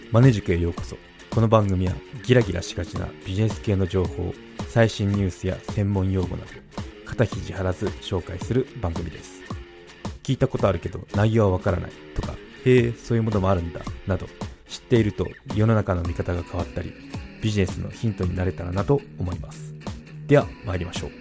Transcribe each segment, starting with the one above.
マネ塾へようこそ。この番組はギラギラしがちなビジネス系の情報、最新ニュースや専門用語など肩肘張らず紹介する番組です。聞いたことあるけど内容はわからないとか、へえそういうものもあるんだなど、知っていると世の中の見方が変わったり、ビジネスのヒントになれたらなと思います。では参りましょう。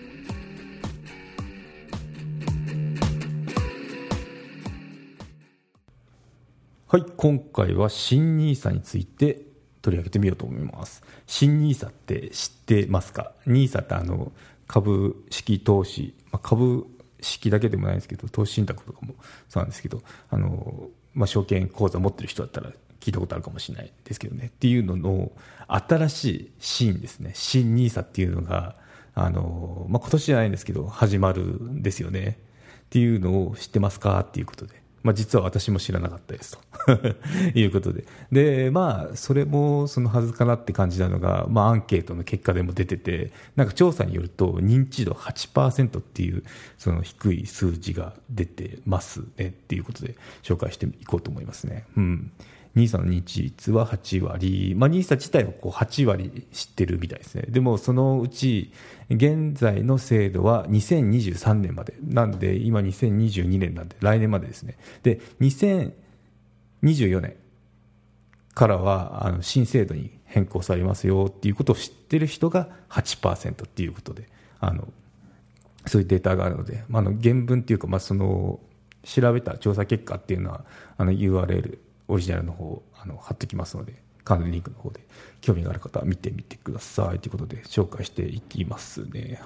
はい、今回は新ニーサについて取り上げてみようと思います。新ニーサって知ってますか？ニーサって株式投資、株式だけでもないですけど、投資信託とかもそうなんですけど、証券口座持ってる人だったら聞いたことあるかもしれないですけどね、っていうのの新しい新ですね、新ニーサっていうのが今年じゃないんですけど始まるんですよね。っていうのを知ってますかっていうことで、実は私も知らなかったですということで、それもそのはずかなって感じなのが、アンケートの結果でも出てて、なんか調査によると認知度 8% っていうその低い数字が出てますねっていうことで紹介していこうと思いますね。NISA の認知率は8割、NISA 自体は8割知ってるみたいですね。でもそのうち現在の制度は2023年までなんで、今2022年なんで来年までですね。で2024年からは新制度に変更されますよっていうことを知ってる人が 8% っていうことで、そういうデータがあるので、原文っていうか、その調べた調査結果っていうのはURLオリジナルの方貼っておきますので、関連リンクの方で興味がある方は見てみてくださいということで紹介していきますね。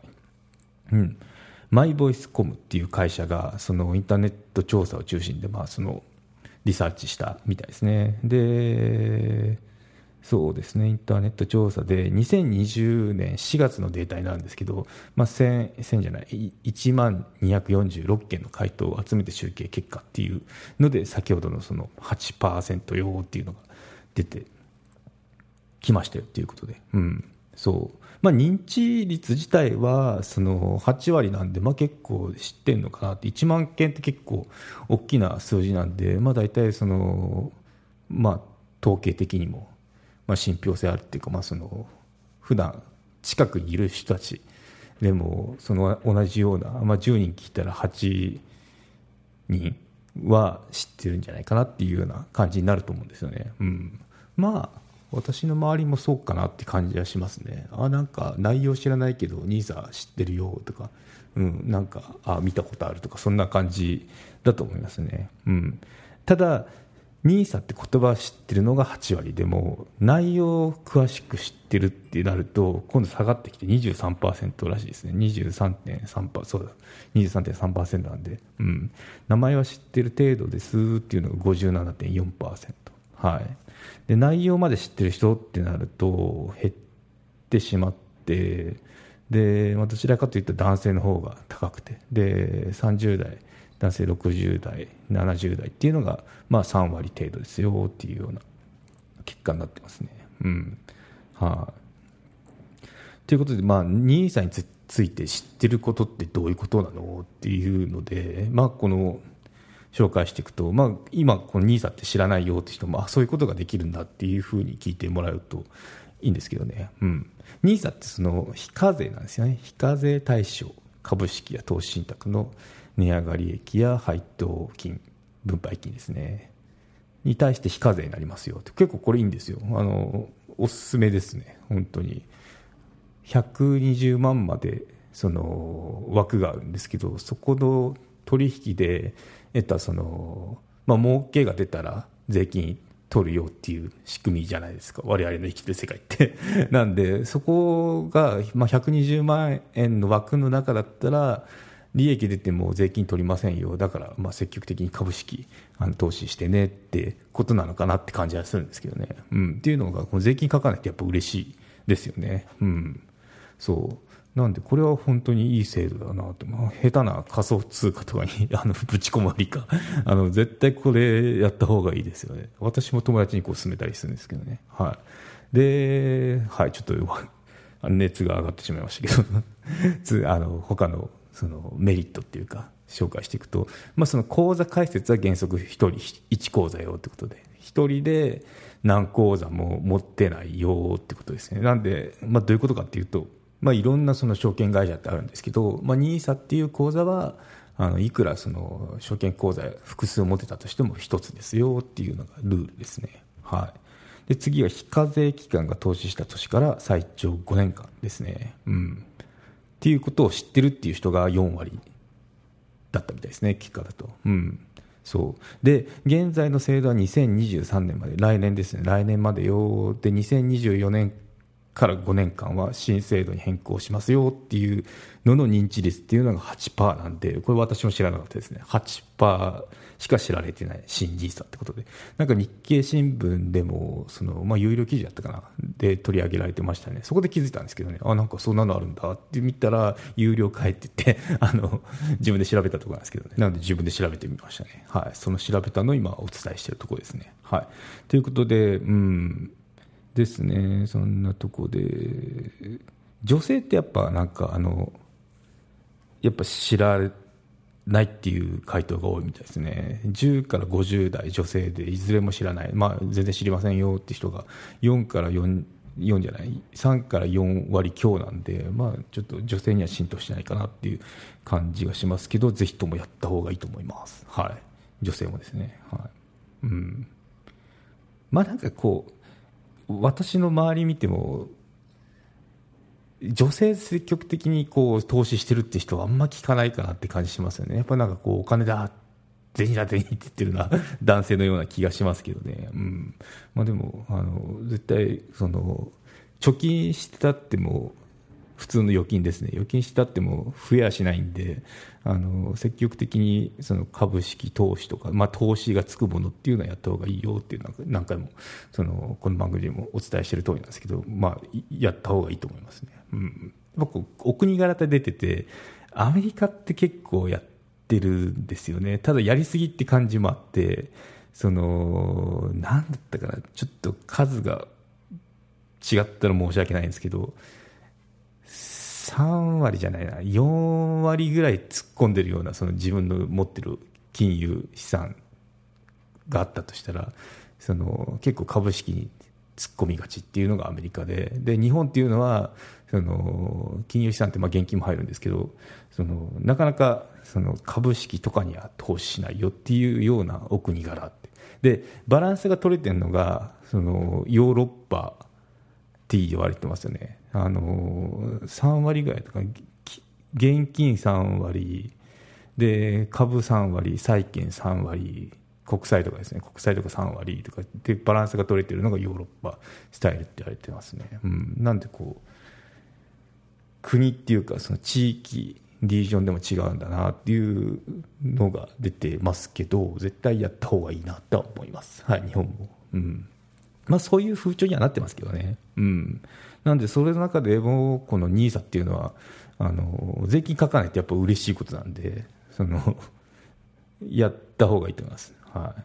マイボイスコムっていう会社がそのインターネット調査を中心でそのリサーチしたみたいですね。でそうですね、インターネット調査で2020年4月のデータになるんですけど、1万246件の回答を集めて集計結果っていうので、先ほどのその 8% よっていうのが出てきましたよっていうことで、認知率自体はその8割なんで、結構知ってんのかなって。1万件って結構大きな数字なんで、大体その統計的にも信憑性あるっていうか、その普段近くにいる人たちでもその同じような、10人聞いたら8人は知ってるんじゃないかなっていうような感じになると思うんですよね。私の周りもそうかなって感じはしますね。なんか内容知らないけど NISA 知ってるよとか、なんか見たことあるとか、そんな感じだと思いますね。ただNISA って言葉を知ってるのが8割でも、内容を詳しく知ってるってなると今度下がってきて 23% らしいですね。 23.3%、 そうだ 23.3% なんで、名前は知ってる程度ですっていうのが 57.4%、で内容まで知ってる人ってなると減ってしまって、でどちらかといったら男性の方が高くて、で30代男性60代70代っていうのが3割程度ですよっていうような結果になってますね。ということで、NISA について知ってることってどういうことなのっていうので、この紹介していくと、今この NISA って知らないよって人もそういうことができるんだっていうふうに聞いてもらうといいんですけどね。NISA ってその非課税なんですよね。非課税対象株式や投資信託の値上がり益や配当金、分配金ですねに対して非課税になりますよって。結構これいいんですよ。おすすめですね。本当に120万までその枠があるんですけど、そこの取引で得たその儲けが出たら税金取るよっていう仕組みじゃないですか、我々の生きてる世界ってなんでそこが120万円の枠の中だったら利益出ても税金取りませんよ、だから積極的に株式投資してねってことなのかなって感じはするんですけどね。っていうのがこの税金かかないってやっぱ嬉しいですよね。そうなんでこれは本当にいい制度だなと。下手な仮想通貨とかにぶち込むよりか絶対これやった方がいいですよね。私も友達に勧めたりするんですけどね。でちょっと熱が上がってしまいましたけど他のそのメリットっていうか紹介していくと、その口座開設は原則1人1口座よってことで、 一人で何口座も持ってないよってことですね。なんで、どういうことかっていうと、いろんなその証券会社ってあるんですけど、NISA っていう口座はいくらその証券口座複数持てたとしても一つですよっていうのがルールですね。はい。で次は非課税期間が投資した年から最長5年間ですね。っていうことを知ってるっていう人が4割だったみたいですね、結果だと。そうで現在の制度は2023年まで、来年ですね、来年までよ。で2024年から5年間は新制度に変更しますよっていうのの認知率っていうのが 8% なんで、これ私も知らなかったですね。 8% しか知られてない新 NISA ってことで、なんか日経新聞でも有料記事だったかなで取り上げられてましたね。そこで気づいたんですけどね、なんかそんなのあるんだって見たら有料会って言って自分で調べたところなんですけどね。なので自分で調べてみましたね。はい、その調べたのを今お伝えしているところですね。はい、ということでですね、そんなとこで女性ってやっぱなんかやっぱ知られないっていう回答が多いみたいですね。10から50代女性でいずれも知らない、全然知りませんよって人が4から4じゃない3から4割強なんで、ちょっと女性には浸透してないかなっていう感じがしますけど、ぜひともやった方がいいと思います。はい、女性もですね。はい、なんかこう私の周り見ても女性積極的にこう投資してるって人はあんま聞かないかなって感じしますよね。やっぱなんかこうお金だ銭だ銭って言ってるな男性のような気がしますけどね。でも絶対貯金してたっても普通の預金ですね、預金したっても増えはしないんで、積極的にその株式投資とか、投資がつくものっていうのはやった方がいいよっていうのは何回もこの番組でもお伝えしている通りなんですけど、やった方がいいと思いますね。お国柄って出てて、アメリカって結構やってるんですよね。ただやりすぎって感じもあって、何だったかな、ちょっと数が違ったら申し訳ないんですけど、3割じゃないな、4割ぐらい突っ込んでるような自分の持ってる金融資産があったとしたら、結構株式に突っ込みがちっていうのがアメリカで、日本っていうのは金融資産って現金も入るんですけど、なかなか株式とかには投資しないよっていうようなお国柄って、でバランスが取れてるのがヨーロッパって言われてますよね。3割ぐらいとか、現金3割で株3割、債券3割、国債とかですね、国債とか3割とかでバランスが取れているのがヨーロッパスタイルって言われてますね。なんでこう国っていうか地域リージョンでも違うんだなっていうのが出てますけど、絶対やった方がいいなとは思います。はい、日本も。そういう風潮にはなってますけどね。なんでそれの中でもこの NISA っていうのは税金かかないってやっぱ嬉しいことなんで、やった方がいいと思います。はい、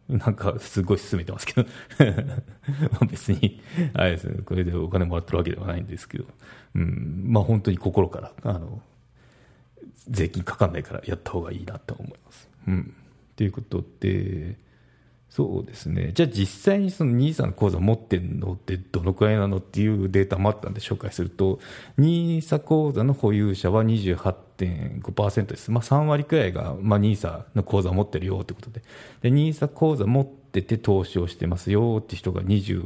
なんかすごい進めてますけど別にあれですね、これでお金もらってるわけではないんですけど、本当に心から税金かかんないからやった方がいいなと思います。ということで、そうですね、じゃあ実際にNISA の口座を持ってるのってどのくらいなのっていうデータもあったんで紹介すると、NISA 口座の保有者は 28.5% です。3割くらいがNISA の口座を持ってるよってことで、NISA 口座持ってて投資をしてますよって人が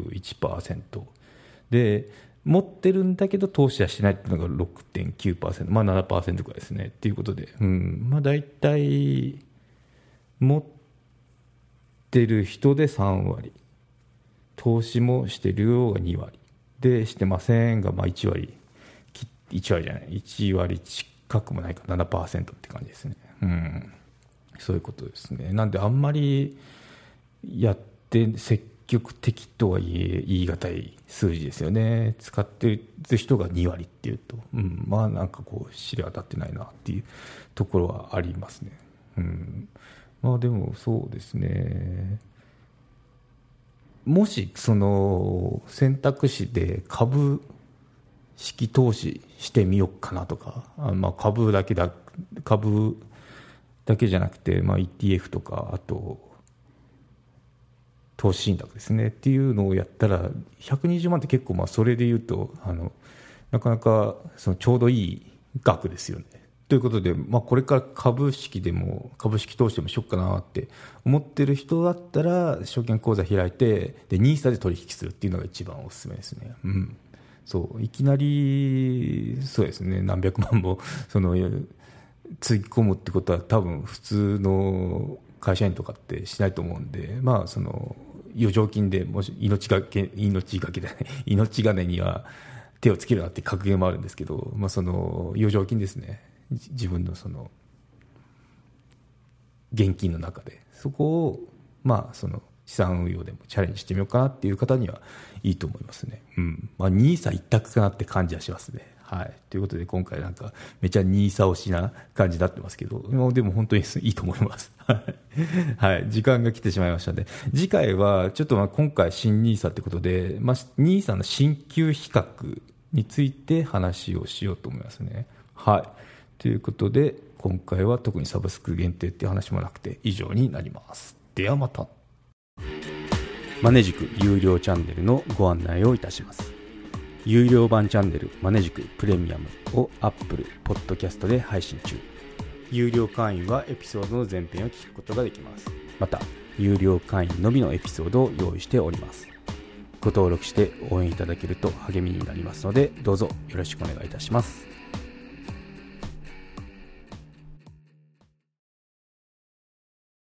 21% で、持ってるんだけど投資はしないっていうのが 6.9%、7% くらいですねっていうことで、大体持ってる人で3割、投資もしてるようが2割で、してませんが1割、1割じゃない、1割近くもないか 7% って感じですね。そういうことですね。なんであんまりやって積極的とはいえ言い難い数字ですよね。使ってる人が2割っていうと、なんかこう知れ渡ってないなっていうところはありますね。でもそうですね、もし選択肢で株式投資してみようかなとか、株だけじゃなくて、ETF とか、あと投資信託ですねっていうのをやったら120万って結構それで言うとなかなかそのちょうどいい額ですよね。ということで、これから株式投資でもしようかなって思ってる人だったら証券口座開いてで NISA で取引するっていうのが一番おすすめですね。そういきなりそうですね何百万もつぎ込むってことは多分普通の会社員とかってしないと思うんで、余剰金でもし命がけ命金には手をつけるなって格言もあるんですけど、その余剰金ですね、自分のその現金の中でそこをその資産運用でもチャレンジしてみようかなっていう方にはいいと思いますね。NISA 一択かなって感じはしますね。はい、ということで今回なんかめちゃNISA推しな感じになってますけど、でも本当にいいと思いますはい、時間が来てしまいましたので次回はちょっと今回新NISAってことで、NISA の新旧比較について話をしようと思いますね。はい、ということで今回は特にサブスク限定っていう話もなくて以上になります。ではまた。マネジク有料チャンネルのご案内をいたします。有料版チャンネルマネジクプレミアムを Apple Podcast で配信中。有料会員はエピソードの前編を聞くことができます。また有料会員のみのエピソードを用意しております。ご登録して応援いただけると励みになりますのでどうぞよろしくお願いいたします。